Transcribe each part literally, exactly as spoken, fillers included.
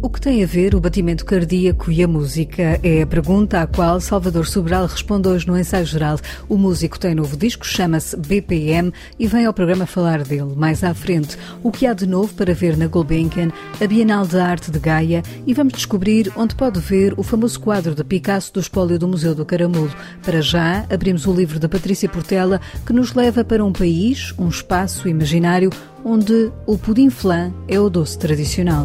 O que tem a ver o batimento cardíaco e a música? É a pergunta à qual Salvador Sobral responde hoje no Ensaio Geral. O músico tem novo disco, chama-se B P M e vem ao programa falar dele. Mais à frente, o que há de novo para ver na Gulbenkian, a Bienal de Arte de Gaia, e vamos descobrir onde pode ver o famoso quadro de Picasso do espólio do Museu do Caramulo. Para já, abrimos o livro da Patrícia Portela, que nos leva para um país, um espaço imaginário, onde o pudim flan é o doce tradicional.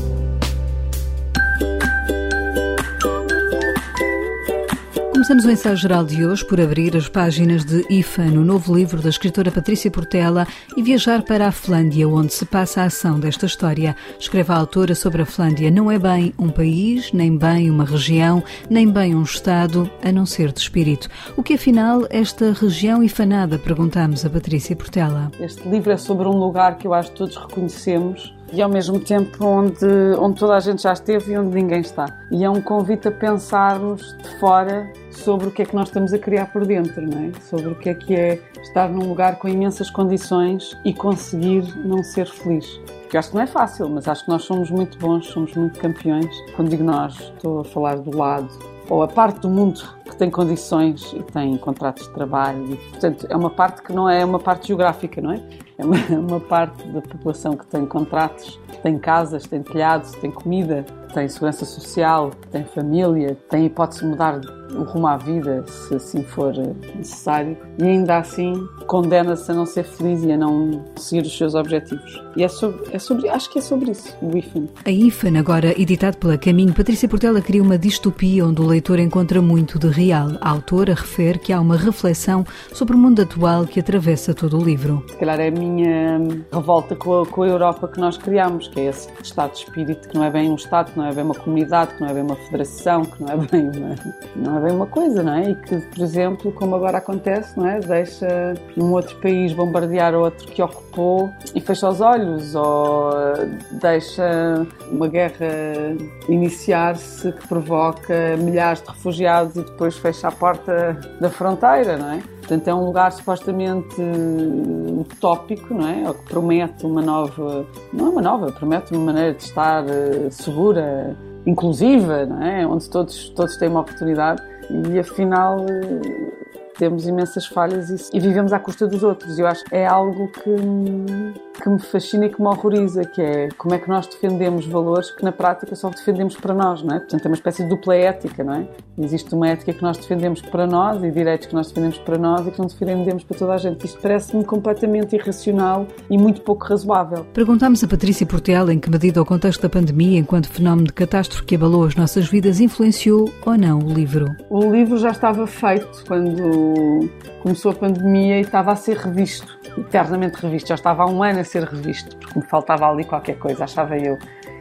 Começamos o Ensaio Geral de hoje por abrir as páginas de Ifan, o novo livro da escritora Patrícia Portela, e viajar para a Finlândia, onde se passa a ação desta história. Escreve a autora sobre a Finlândia. Não é bem um país, nem bem uma região, nem bem um estado, a não ser de espírito. O que, afinal, esta região ifanada? Perguntamos a Patrícia Portela. Este livro é sobre um lugar que eu acho que todos reconhecemos e, ao mesmo tempo, onde, onde toda a gente já esteve e onde ninguém está. E é um convite a pensarmos de fora sobre o que é que nós estamos a criar por dentro, não é? Sobre o que é que é estar num lugar com imensas condições e conseguir não ser feliz. Eu acho que não é fácil, mas acho que nós somos muito bons, somos muito campeões. Quando digo nós, estou a falar do lado, ou a parte do mundo que tem condições e tem contratos de trabalho. E, portanto, é uma parte que não é uma parte geográfica, não é? É uma, uma parte da população que tem contratos, tem casas, tem telhados, tem comida, tem segurança social, tem família, tem hipótese de mudar o rumo à vida, se assim for necessário, e ainda assim condena-se a não ser feliz e a não seguir os seus objetivos. E é sobre, é sobre acho que é sobre isso, o Ifan. A Ifan, agora editado pela Caminho, Patrícia Portela cria uma distopia onde o leitor encontra muito de real. A autora refere que há uma reflexão sobre o mundo atual que atravessa todo o livro. Se calhar é a minha revolta com a, com a Europa que nós criamos, que é esse estado de espírito que não é bem um estado, que não é bem uma comunidade, que não é bem uma federação, que não é bem uma, não é bem uma coisa, não é? E que, por exemplo, como agora acontece, não é? Deixa um outro país bombardear outro que ocupou e fecha os olhos, ou deixa uma guerra iniciar-se que provoca milhares de refugiados e depois fecha a porta da fronteira, não é? Portanto, é um lugar supostamente utópico, não é? Ou que promete uma nova... Não é uma nova, promete uma maneira de estar segura, inclusiva, não é? Onde todos, todos têm uma oportunidade e, afinal, temos imensas falhas e, e vivemos à custa dos outros. Eu acho que é algo que, que me fascina e que me horroriza, que é como é que nós defendemos valores que, na prática, só defendemos para nós, não é? Portanto, é uma espécie de dupla ética, não é? Existe uma ética que nós defendemos para nós e direitos que nós defendemos para nós e que não defendemos para toda a gente. Isto parece-me completamente irracional e muito pouco razoável. Perguntámos a Patrícia Portela em que medida o contexto da pandemia, enquanto fenómeno de catástrofe que abalou as nossas vidas, influenciou ou não o livro. O livro já estava feito quando começou a pandemia e estava a ser revisto, eternamente revisto. Já estava há um ano a ser revisto, porque me faltava ali qualquer coisa, achava eu.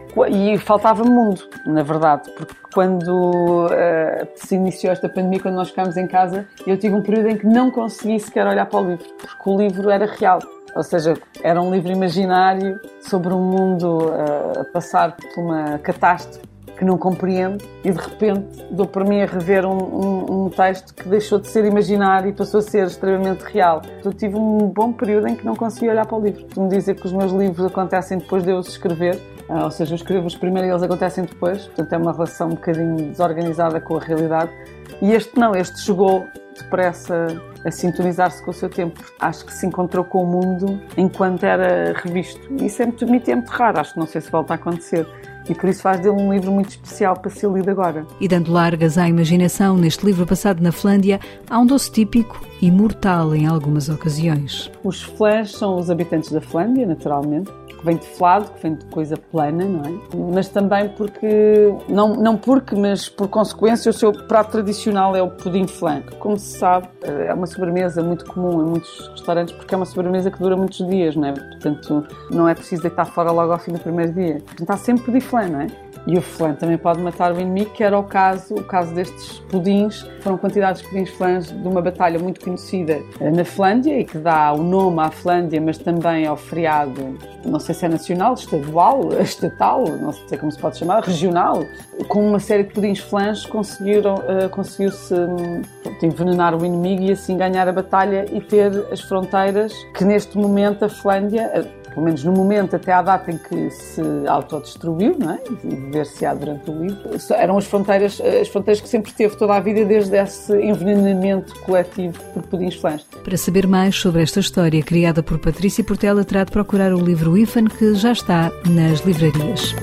E faltava mundo, na verdade, porque quando uh, se iniciou esta pandemia, quando nós ficámos em casa, eu tive um período em que não consegui sequer olhar para o livro, porque o livro era real. Ou seja, era um livro imaginário sobre um mundo uh, a passar por uma catástrofe que não compreendo e, de repente, dou para mim a rever um, um, um texto que deixou de ser imaginário e passou a ser extremamente real. Eu tive um bom período em que não consegui olhar para o livro. Costumo dizer que os meus livros acontecem depois de eu os escrever, ou seja, eu escrevo-os primeiro e eles acontecem depois, portanto é uma relação um bocadinho desorganizada com a realidade. E este não, este chegou depressa a sintonizar-se com o seu tempo. Acho que se encontrou com o mundo enquanto era revisto. Isso é muito, muito, muito raro, acho que não sei se volta a acontecer. E por isso faz dele um livro muito especial para ser lido agora. E dando largas à imaginação, neste livro passado na Finlândia, há um doce típico e mortal em algumas ocasiões. Os flãs são os habitantes da Finlândia, naturalmente, que vem de flado, que vem de coisa plana, não é? Mas também porque, não, não porque, mas por consequência, o seu prato tradicional é o pudim flan. Como se sabe, é uma sobremesa muito comum em muitos restaurantes, porque é uma sobremesa que dura muitos dias, não é? Portanto, não é preciso deitar fora logo ao fim do primeiro dia. Portanto, há sempre pudim flan, não é? E o flan também pode matar o inimigo, que era o caso, o caso destes pudins. Foram quantidades de pudins flãs de uma batalha muito conhecida na Finlândia e que dá o nome à Finlândia, mas também ao feriado, não sei se é nacional, estadual, estatal, não sei como se pode chamar, regional. Com uma série de pudins flãs conseguiram, uh, conseguiu-se um, envenenar o inimigo e assim ganhar a batalha e ter as fronteiras que neste momento a Finlândia, pelo menos no momento, até à data em que se autodestruiu, não é? E ver-se-á durante o livro, eram as fronteiras, as fronteiras que sempre teve toda a vida desde esse envenenamento coletivo por pudins flãs. Para saber mais sobre esta história criada por Patrícia Portela, terá de procurar o livro Ifan, que já está nas livrarias.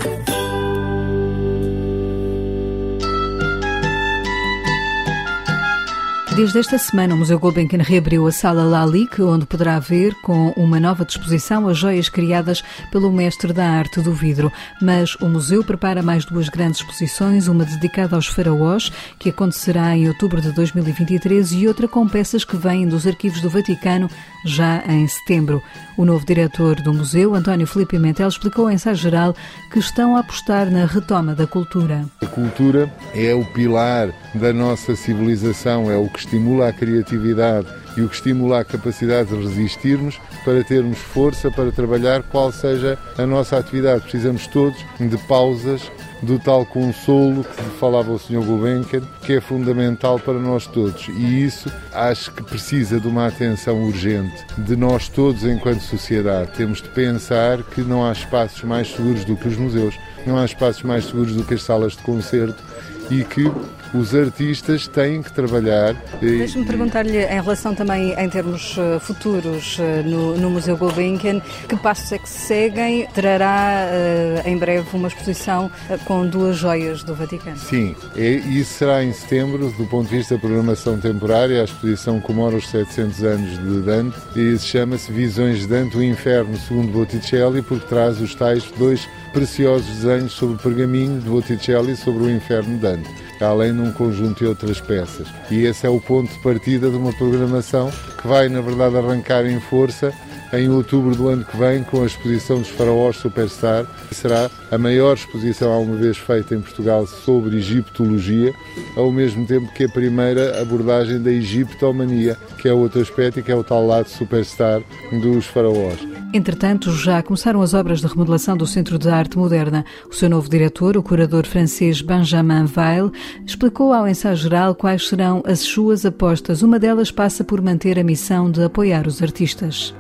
Desde esta semana, o Museu Gulbenkian reabriu a Sala Lalique, onde poderá ver, com uma nova disposição, as joias criadas pelo mestre da arte do vidro. Mas o museu prepara mais duas grandes exposições, uma dedicada aos faraós, que acontecerá em outubro de dois mil e vinte e três, e outra com peças que vêm dos arquivos do Vaticano, já em setembro. O novo diretor do museu, António Filipe Pimentel, explicou ao ensaio geral que estão a apostar na retoma da cultura. A cultura é o pilar da nossa civilização, é o que estimula a criatividade e o que estimula a capacidade de resistirmos para termos força para trabalhar qual seja a nossa atividade. Precisamos todos de pausas, do tal consolo que falava o senhor Gulbenkian, que é fundamental para nós todos. E isso acho que precisa de uma atenção urgente de nós todos enquanto sociedade. Temos de pensar que não há espaços mais seguros do que os museus, não há espaços mais seguros do que as salas de concerto, e que os artistas têm que trabalhar. Deixe-me perguntar-lhe, em relação também em termos futuros no, no Museu Gulbenkian, que passos é que se seguem? Trará em breve uma exposição com duas joias do Vaticano? Sim, isso será em setembro, do ponto de vista da programação temporária. A exposição comemora os setecentos anos de Dante e chama-se Visões de Dante, o Inferno, segundo Botticelli, porque traz os tais dois preciosos desenhos sobre o pergaminho de Botticelli sobre o Inferno de Dante, além de um conjunto de outras peças. E esse é o ponto de partida de uma programação que vai, na verdade, arrancar em força em outubro do ano que vem com a exposição dos Faraós Superstar, que será a maior exposição alguma vez feita em Portugal sobre egiptologia, ao mesmo tempo que a primeira abordagem da egiptomania, que é outro aspecto e que é o tal lado superstar dos faraós. Entretanto, já começaram as obras de remodelação do Centro de Arte Moderna. O seu novo diretor, o curador francês Benjamin Weil, explicou ao ensaio geral quais serão as suas apostas. Uma delas passa por manter a missão de apoiar os artistas.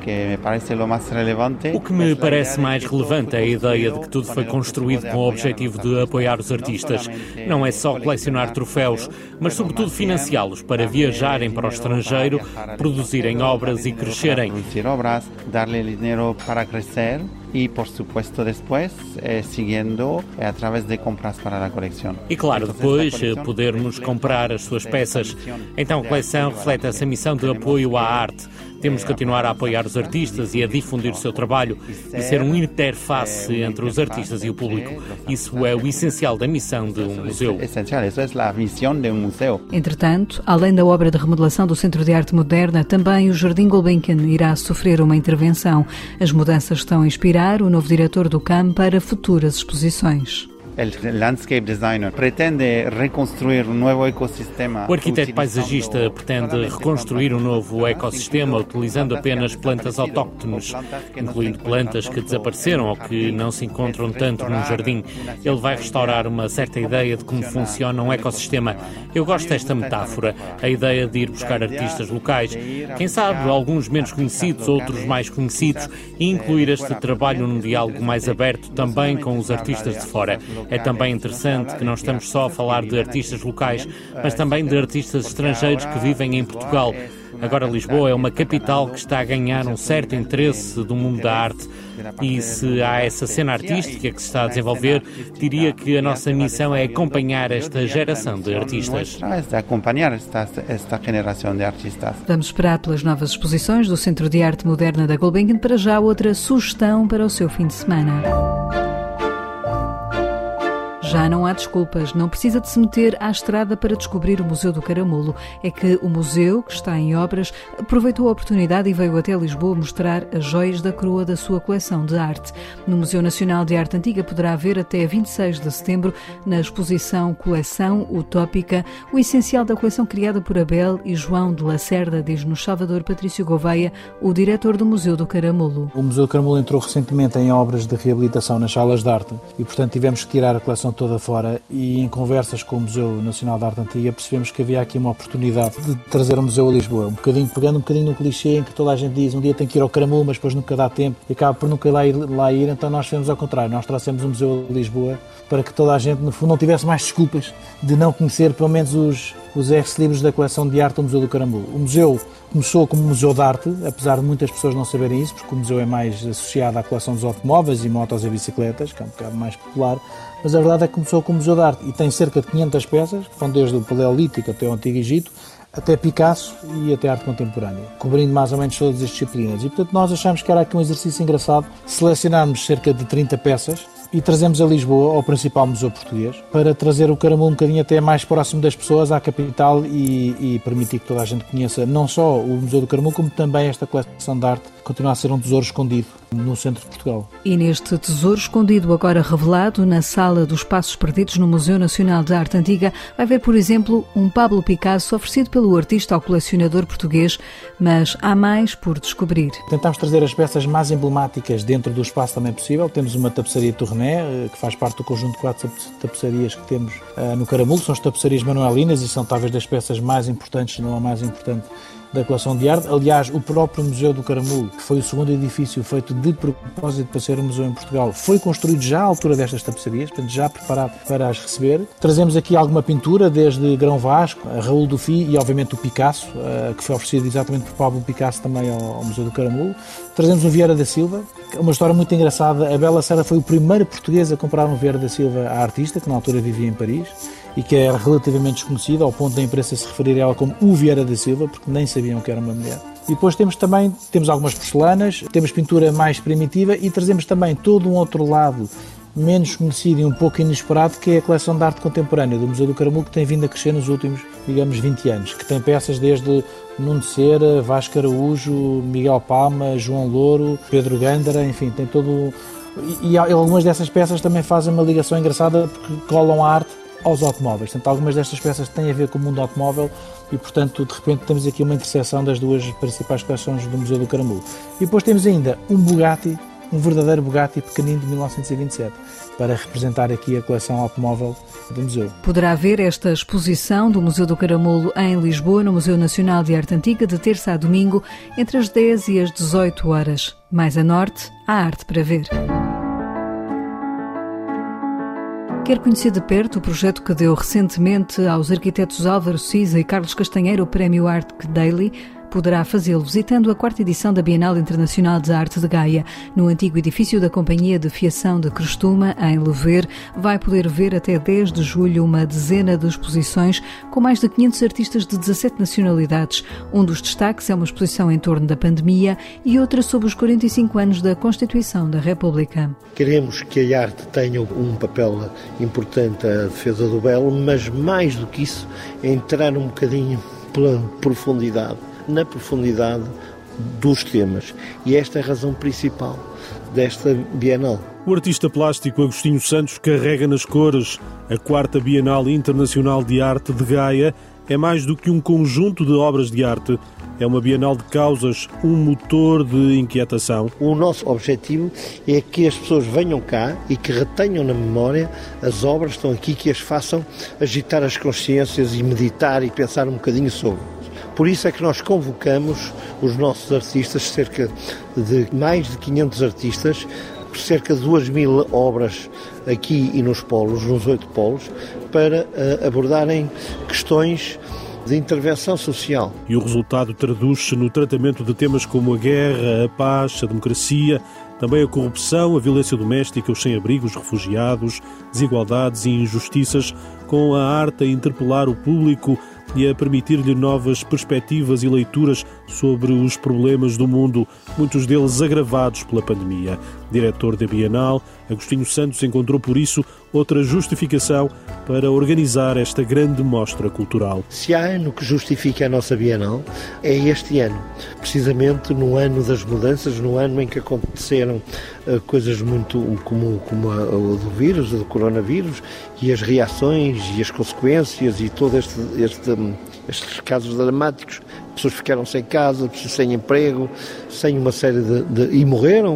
O que me parece mais relevante é a ideia de que tudo foi construído com o objetivo de apoiar os artistas. Não é só colecionar troféus, mas sobretudo financiá-los para viajarem para o estrangeiro, produzirem obras e crescerem. Dinero para crescer e, por supuesto, depois eh, seguindo eh, através de compras para a coleção. E claro, depois podermos comprar as suas peças. Então a coleção reflete essa missão de apoio à arte. Temos de continuar a apoiar os artistas e a difundir o seu trabalho e ser uma interface entre os artistas e o público. Isso é o essencial da missão de um museu. Essencial, isso é a missão de um museu. Entretanto, além da obra de remodelação do Centro de Arte Moderna, também o Jardim Gulbenkian irá sofrer uma intervenção. As mudanças estão a inspirar o novo diretor do C A M para futuras exposições. O landscape designer pretende reconstruir um novo ecossistema. O arquiteto paisagista pretende reconstruir um novo ecossistema utilizando apenas plantas autóctones, incluindo plantas que desapareceram ou que não se encontram tanto num jardim. Ele vai restaurar uma certa ideia de como funciona um ecossistema. Eu gosto desta metáfora, a ideia de ir buscar artistas locais, quem sabe alguns menos conhecidos, outros mais conhecidos, e incluir este trabalho num diálogo mais aberto também com os artistas de fora. É também interessante que não estamos só a falar de artistas locais, mas também de artistas estrangeiros que vivem em Portugal. Agora Lisboa é uma capital que está a ganhar um certo interesse do mundo da arte. E se há essa cena artística que se está a desenvolver, diria que a nossa missão é acompanhar esta geração de artistas. Acompanhar esta, esta geração de artistas. Vamos esperar pelas novas exposições do Centro de Arte Moderna da Gulbenkian. Para já, outra sugestão para o seu fim de semana. Já não há desculpas, não precisa de se meter à estrada para descobrir o Museu do Caramulo. É que o museu, que está em obras, aproveitou a oportunidade e veio até Lisboa mostrar as joias da coroa da sua coleção de arte. No Museu Nacional de Arte Antiga poderá ver até vinte e seis de setembro, na exposição Coleção Utópica, o essencial da coleção criada por Abel e João de Lacerda, diz-nos Salvador Patrício Gouveia, o diretor do Museu do Caramulo. O Museu do Caramulo entrou recentemente em obras de reabilitação nas salas de arte e, portanto, tivemos que tirar a coleção toda fora, e em conversas com o Museu Nacional de Arte Antiga percebemos que havia aqui uma oportunidade de trazer o museu a Lisboa, um bocadinho, pegando um bocadinho no clichê em que toda a gente diz um dia tem que ir ao Caramulo, mas depois nunca dá tempo e acaba por nunca lá ir, lá ir, então nós fizemos ao contrário, nós trouxemos o museu a Lisboa para que toda a gente, no fundo, não tivesse mais desculpas de não conhecer pelo menos os, os ex-libris da coleção de arte do Museu do Caramulo. O museu começou como museu de arte, apesar de muitas pessoas não saberem isso, porque o museu é mais associado à coleção dos automóveis e motos e bicicletas, que é um bocado mais popular, mas a verdade é que começou como museu de arte e tem cerca de quinhentas peças, que vão desde o Paleolítico até o Antigo Egito, até Picasso e até arte contemporânea, cobrindo mais ou menos todas as disciplinas. E, portanto, nós achamos que era aqui um exercício engraçado selecionarmos cerca de trinta peças e trazemos a Lisboa, ao principal museu português, para trazer o Caramulo um bocadinho até mais próximo das pessoas, à capital, e, e permitir que toda a gente conheça não só o Museu do Caramulo, como também esta coleção de arte, que continua a ser um tesouro escondido no centro de Portugal. E neste tesouro escondido, agora revelado, na Sala dos Passos Perdidos no Museu Nacional de Arte Antiga, vai ver, por exemplo, um Pablo Picasso oferecido pelo artista ao colecionador português, mas há mais por descobrir. Tentámos trazer as peças mais emblemáticas dentro do espaço também possível. Temos uma tapeçaria Tourné, que faz parte do conjunto de quatro tapeçarias que temos uh, no Caramulo. São as tapeçarias manuelinas e são talvez das peças mais importantes, se não a mais importante, da coleção de arte. Aliás, o próprio Museu do Caramulo, que foi o segundo edifício feito de propósito para ser um museu em Portugal, foi construído já à altura destas tapeçarias, portanto já preparado para as receber. Trazemos aqui alguma pintura, desde Grão Vasco, a Raul Dufy e obviamente o Picasso, que foi oferecido exatamente por Pablo Picasso também ao Museu do Caramulo. Trazemos o Vieira da Silva, uma história muito engraçada. A Bela Serra foi o primeiro português a comprar um Vieira da Silva à artista, que na altura vivia em Paris, e que era relativamente desconhecida, ao ponto da imprensa se referir a ela como o Vieira da Silva, porque nem sabiam que era uma mulher. E depois temos também, temos algumas porcelanas, temos pintura mais primitiva e trazemos também todo um outro lado menos conhecido e um pouco inesperado, que é a coleção de arte contemporânea do Museu do Caramulo, que tem vindo a crescer nos últimos, digamos, vinte anos, que tem peças desde Nuno Cera, Vasco Araújo, Miguel Palma, João Louro, Pedro Gândara, enfim, tem todo... E, e algumas dessas peças também fazem uma ligação engraçada, porque colam a arte aos automóveis. Portanto, algumas destas peças têm a ver com o mundo automóvel e, portanto, de repente temos aqui uma interseção das duas principais coleções do Museu do Caramulo. E depois temos ainda um Bugatti, um verdadeiro Bugatti pequenino de mil novecentos e vinte e sete, para representar aqui a coleção automóvel do museu. Poderá ver esta exposição do Museu do Caramulo em Lisboa, no Museu Nacional de Arte Antiga, de terça a domingo, entre as dez e as dezoito horas. Mais a norte, há arte para ver. Quer conhecer de perto o projeto que deu recentemente aos arquitetos Álvaro Siza e Carlos Castanheira o Prémio Art Daily? Poderá fazê-lo visitando a quarta edição da Bienal Internacional de Arte de Gaia. No antigo edifício da Companhia de Fiação de Crestuma, em Lever, vai poder ver até dez de julho uma dezena de exposições com mais de quinhentos artistas de dezassete nacionalidades. Um dos destaques é uma exposição em torno da pandemia e outra sobre os quarenta e cinco anos da Constituição da República. Queremos que a arte tenha um papel importante à defesa do belo, mas mais do que isso, entrar um bocadinho pela profundidade. na profundidade dos temas. E esta é a razão principal desta Bienal. O artista plástico Agostinho Santos carrega nas cores. A quarta Bienal Internacional de Arte de Gaia é mais do que um conjunto de obras de arte. É uma Bienal de causas, um motor de inquietação. O nosso objetivo é que as pessoas venham cá e que retenham na memória as obras que estão aqui, que as façam agitar as consciências e meditar e pensar um bocadinho sobre. Por isso é que nós convocamos os nossos artistas, cerca de mais de quinhentos artistas, cerca de duas mil obras aqui e nos polos, nos oito polos, para uh, abordarem questões de intervenção social. E o resultado traduz-se no tratamento de temas como a guerra, a paz, a democracia, também a corrupção, a violência doméstica, os sem-abrigos, refugiados, desigualdades e injustiças, com a arte a interpelar o público e a permitir-lhe novas perspectivas e leituras sobre os problemas do mundo, muitos deles agravados pela pandemia. Diretor da Bienal, Agostinho Santos encontrou por isso outra justificação para organizar esta grande mostra cultural. Se há ano que justifica a nossa Bienal, é este ano, precisamente no ano das mudanças, no ano em que aconteceram coisas muito como, como a, o do vírus, do coronavírus, e as reações e as consequências e todos este, este, estes casos dramáticos. Pessoas ficaram sem casa, pessoas sem emprego, sem uma série de, de... e morreram.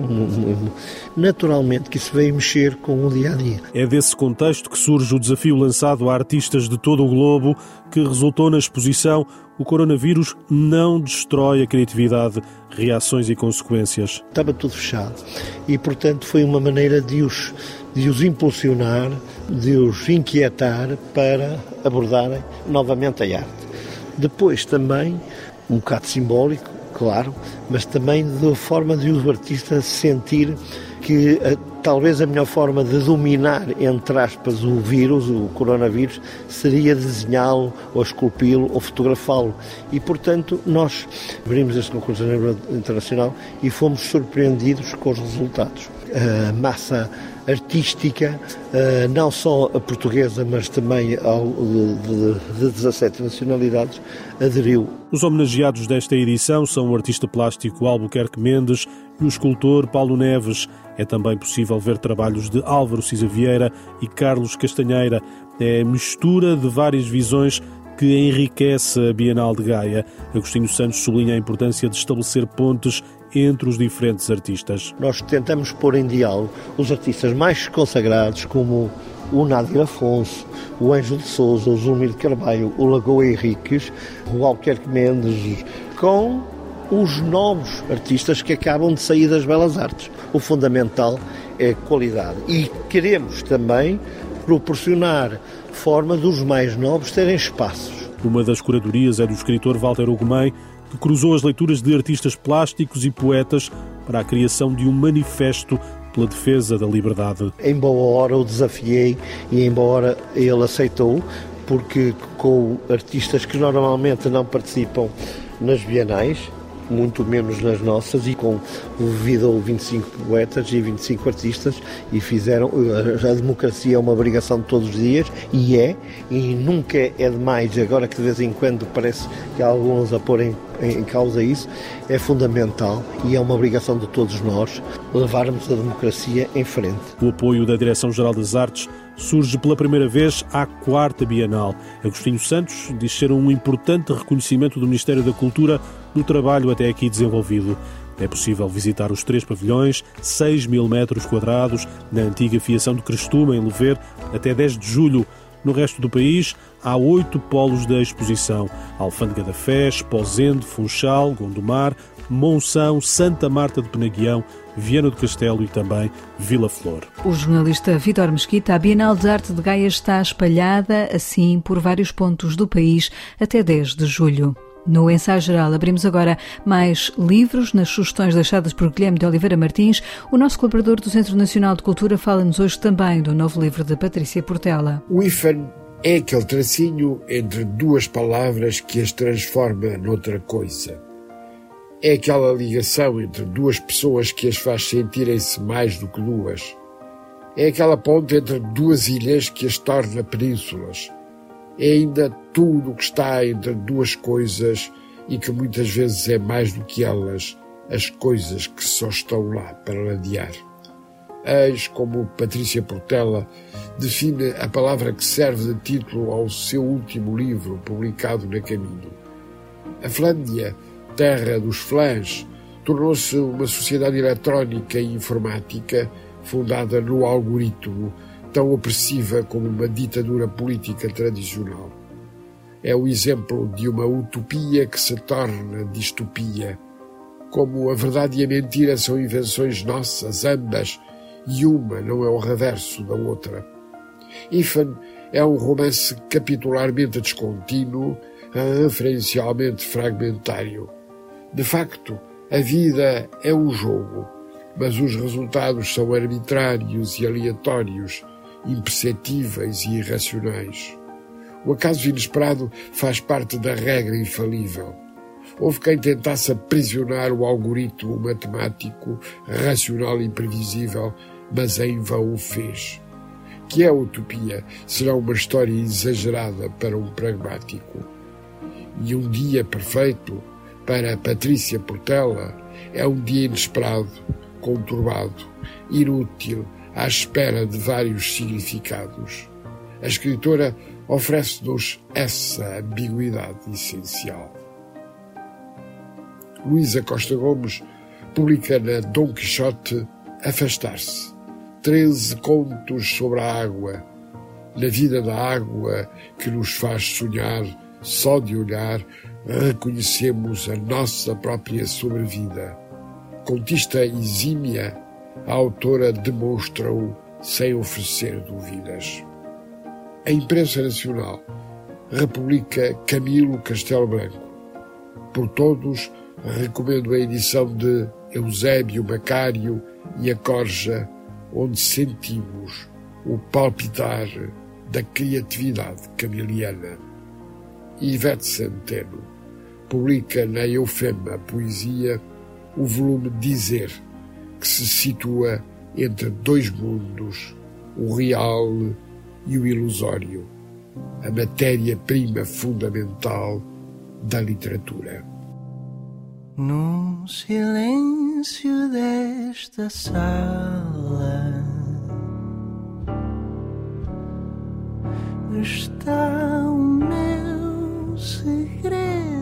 Naturalmente que isso veio mexer com o dia-a-dia. É desse contexto que surge o desafio lançado a artistas de todo o globo, que resultou na exposição O Coronavírus Não Destrói a Criatividade, Reações e Consequências. Estava tudo fechado e, portanto, foi uma maneira de os, de os impulsionar, de os inquietar para abordarem novamente a arte. Depois também, um bocado simbólico, claro, mas também da forma de o artista sentir que a, talvez a melhor forma de dominar, entre aspas, o vírus, o coronavírus, seria desenhá-lo, ou esculpi-lo, ou fotografá-lo. E, portanto, nós abrimos este concurso a nível internacional e fomos surpreendidos com os resultados. A massa artística, não só a portuguesa, mas também ao, de, de dezassete nacionalidades, aderiu. Os homenageados desta edição são o artista plástico Albuquerque Mendes e o escultor Paulo Neves. É também possível ver trabalhos de Álvaro Cisa Vieira e Carlos Castanheira. É a mistura de várias visões que enriquece a Bienal de Gaia. Agostinho Santos sublinha a importância de estabelecer pontes entre os diferentes artistas. Nós tentamos pôr em diálogo os artistas mais consagrados, como o Nadir Afonso, o Ângelo de Sousa, o Zulmir de Carvalho, o Lagoa Henriques, o Albuquerque Mendes, com os novos artistas que acabam de sair das belas artes. O fundamental é a qualidade. E queremos também proporcionar forma dos mais novos terem espaços. Uma das curadorias é do escritor Walter Ugumem, que cruzou as leituras de artistas plásticos e poetas para a criação de um manifesto pela defesa da liberdade. Embora o desafiei e embora ele aceitou, porque com artistas que normalmente não participam nas bienais, muito menos nas nossas, e com convidou vinte e cinco poetas e vinte e cinco artistas e fizeram. A democracia é uma obrigação de todos os dias, e é, e nunca é demais, agora que de vez em quando parece que há alguns a porem em causa isso, é fundamental e é uma obrigação de todos nós levarmos a democracia em frente. O apoio da Direção-Geral das Artes surge pela primeira vez à quarta Bienal. Agostinho Santos diz ser um importante reconhecimento do Ministério da Cultura no trabalho até aqui desenvolvido. É possível visitar os três pavilhões, seis mil metros quadrados, na antiga fiação de Crestume, em Lever, até dez de julho. No resto do país, há oito polos da exposição: Alfândega da Fés, Pozende, Funchal, Gondomar, Monção, Santa Marta de Penaguião, Viana do Castelo e também Vila Flor. O jornalista Vítor Mesquita, a Bienal de Arte de Gaia está espalhada, assim, por vários pontos do país até dez de julho. No Ensaio Geral abrimos agora mais livros nas sugestões deixadas por Guilherme de Oliveira Martins. O nosso colaborador do Centro Nacional de Cultura fala-nos hoje também do novo livro de Patrícia Portela. O hífen é aquele tracinho entre duas palavras que as transforma noutra coisa. É aquela ligação entre duas pessoas que as faz sentirem-se mais do que duas. É aquela ponte entre duas ilhas que as torna penínsulas. É ainda tudo o que está entre duas coisas e que muitas vezes é mais do que elas, as coisas que só estão lá para ladear. Eis como Patrícia Portela define a palavra que serve de título ao seu último livro, publicado na Caminho. A Flândia, terra dos flãs, tornou-se uma sociedade eletrónica e informática fundada no algoritmo, tão opressiva como uma ditadura política tradicional. É o exemplo de uma utopia que se torna distopia. Como a verdade e a mentira são invenções nossas, ambas, e uma não é o reverso da outra. Hífen é um romance capitularmente descontínuo, referencialmente fragmentário. De facto, a vida é um jogo, mas os resultados são arbitrários e aleatórios, imperceptíveis e irracionais. O acaso inesperado faz parte da regra infalível. Houve quem tentasse aprisionar o algoritmo matemático, racional e imprevisível, mas em vão o fez. Que é a utopia? Será uma história exagerada para um pragmático. E um dia perfeito, para Patrícia Portela, é um dia inesperado, conturbado inútil à espera de vários significados. A escritora oferece-nos essa ambiguidade essencial. Luísa Costa Gomes publica na Dom Quixote Afastar-se, treze contos sobre a água, na vida da água que nos faz sonhar. Só de olhar reconhecemos a nossa própria sobrevida. Contista exímia, a autora demonstra-o sem oferecer dúvidas. A imprensa nacional republica Camilo Castelo Branco. Por todos, recomendo a edição de Eusébio Macário e a Corja, onde sentimos o palpitar da criatividade camiliana. Ivete Centeno publica na Eufema Poesia o volume Dizer, que se situa entre dois mundos, o real e o ilusório, a matéria-prima fundamental da literatura. No silêncio desta sala está o meu segredo.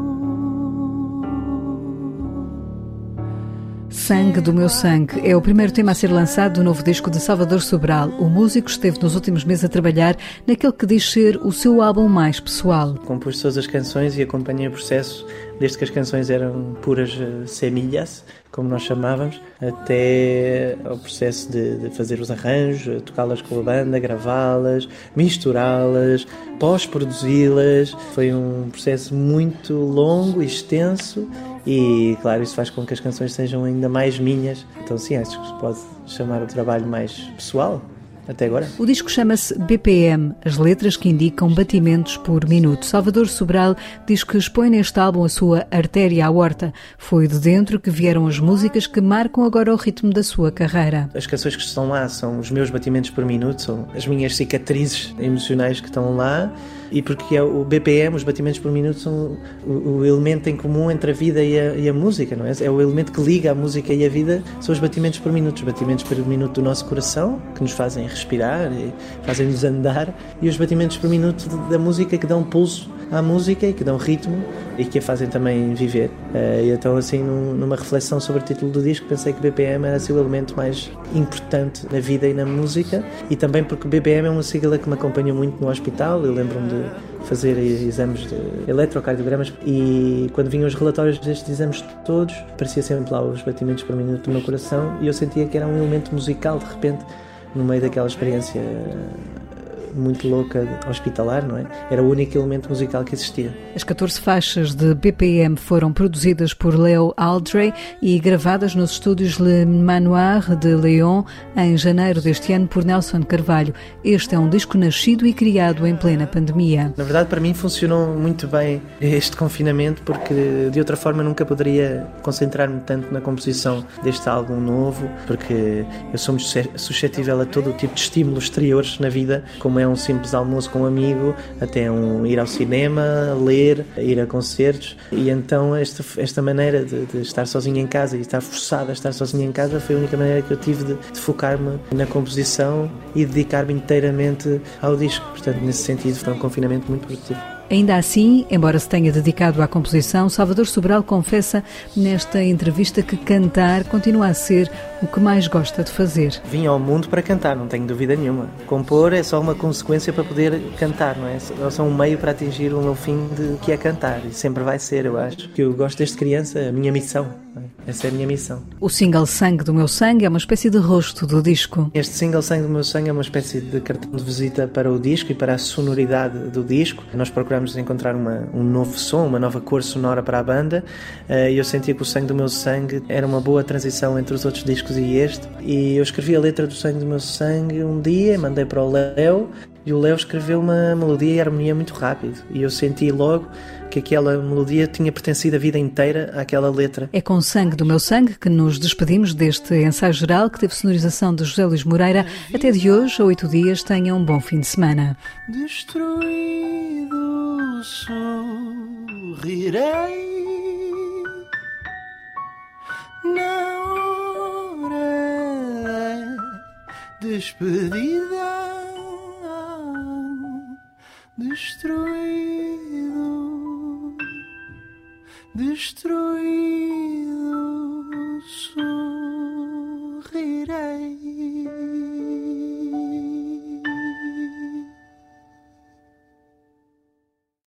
Sangue do Meu Sangue é o primeiro tema a ser lançado do novo disco de Salvador Sobral. O músico esteve nos últimos meses a trabalhar naquele que diz ser o seu álbum mais pessoal. Compus todas as canções e acompanhei o processo desde que as canções eram puras semilhas, como nós chamávamos, até ao processo de, de fazer os arranjos, tocá-las com a banda, gravá-las, misturá-las, pós-produzi-las. Foi um processo muito longo e extenso e, claro, isso faz com que as canções sejam ainda mais minhas. Então, sim, acho que se pode chamar o trabalho mais pessoal até agora. O disco chama-se B P M, as letras que indicam batimentos por minuto. Salvador Sobral diz que expõe neste álbum a sua artéria aorta. Foi de dentro que vieram as músicas que marcam agora o ritmo da sua carreira. As canções que estão lá são os meus batimentos por minuto, são as minhas cicatrizes emocionais que estão lá. E porque é o B P M, os batimentos por minuto, são o, o elemento em comum entre a vida e a, e a música, não é? É o elemento que liga a música e a vida, são os batimentos por minuto. Os batimentos por minuto do nosso coração, que nos fazem respirar e fazem-nos andar, e os batimentos por minuto da música, que dão pulso à música e que dão ritmo e que a fazem também viver. E então, assim, num, numa reflexão sobre o título do disco, pensei que o B P M era assim, o elemento mais importante na vida e na música, e também porque o B P M é uma sigla que me acompanhou muito no hospital. Eu lembro-me de fazer exames de eletrocardiogramas e quando vinham os relatórios destes exames todos, aparecia sempre lá os batimentos por minuto do meu coração e eu sentia que era um elemento musical de repente no meio daquela experiência muito louca hospitalar, não é? Era o único elemento musical que existia. As catorze faixas de B P M foram produzidas por Leo Aldrey e gravadas nos estúdios Le Manoir de Lyon em janeiro deste ano por Nelson Carvalho. Este é um disco nascido e criado em plena pandemia. Na verdade, para mim funcionou muito bem este confinamento porque de outra forma nunca poderia concentrar-me tanto na composição deste álbum novo, porque eu sou muito suscetível a todo o tipo de estímulos exteriores na vida, como é um simples almoço com um amigo, até um ir ao cinema, ler, ir a concertos, e então esta, esta maneira de, de estar sozinho em casa e estar forçado a estar sozinho em casa foi a única maneira que eu tive de, de focar-me na composição e dedicar-me inteiramente ao disco. Portanto, nesse sentido, foi um confinamento muito produtivo. Ainda assim, embora se tenha dedicado à composição, Salvador Sobral confessa nesta entrevista que cantar continua a ser o que mais gosta de fazer. Vim ao mundo para cantar, não tenho dúvida nenhuma. Compor é só uma consequência para poder cantar, não é? É só um meio para atingir o meu fim, de que é cantar, e sempre vai ser, eu acho. Que eu gosto desde criança, a minha missão. Essa é a minha missão. O single Sangue do Meu Sangue é uma espécie de rosto do disco. Este single Sangue do Meu Sangue é uma espécie de cartão de visita para o disco e para a sonoridade do disco. Nós procuramos encontrar uma, um novo som, uma nova cor sonora para a banda, e eu sentia que o Sangue do Meu Sangue era uma boa transição entre os outros discos e este. E eu escrevi a letra do Sangue do Meu Sangue um dia, mandei para o Léo, e o Léo escreveu uma melodia e harmonia muito rápido. E eu senti logo que aquela melodia tinha pertencido a vida inteira àquela letra. É com Sangue do Meu Sangue que nos despedimos deste ensaio geral que teve sonorização de José Luís Moreira. Até de hoje, a oito dias, tenham um bom fim de semana. Destruído sorrirei na hora despedida, destruído, destruído.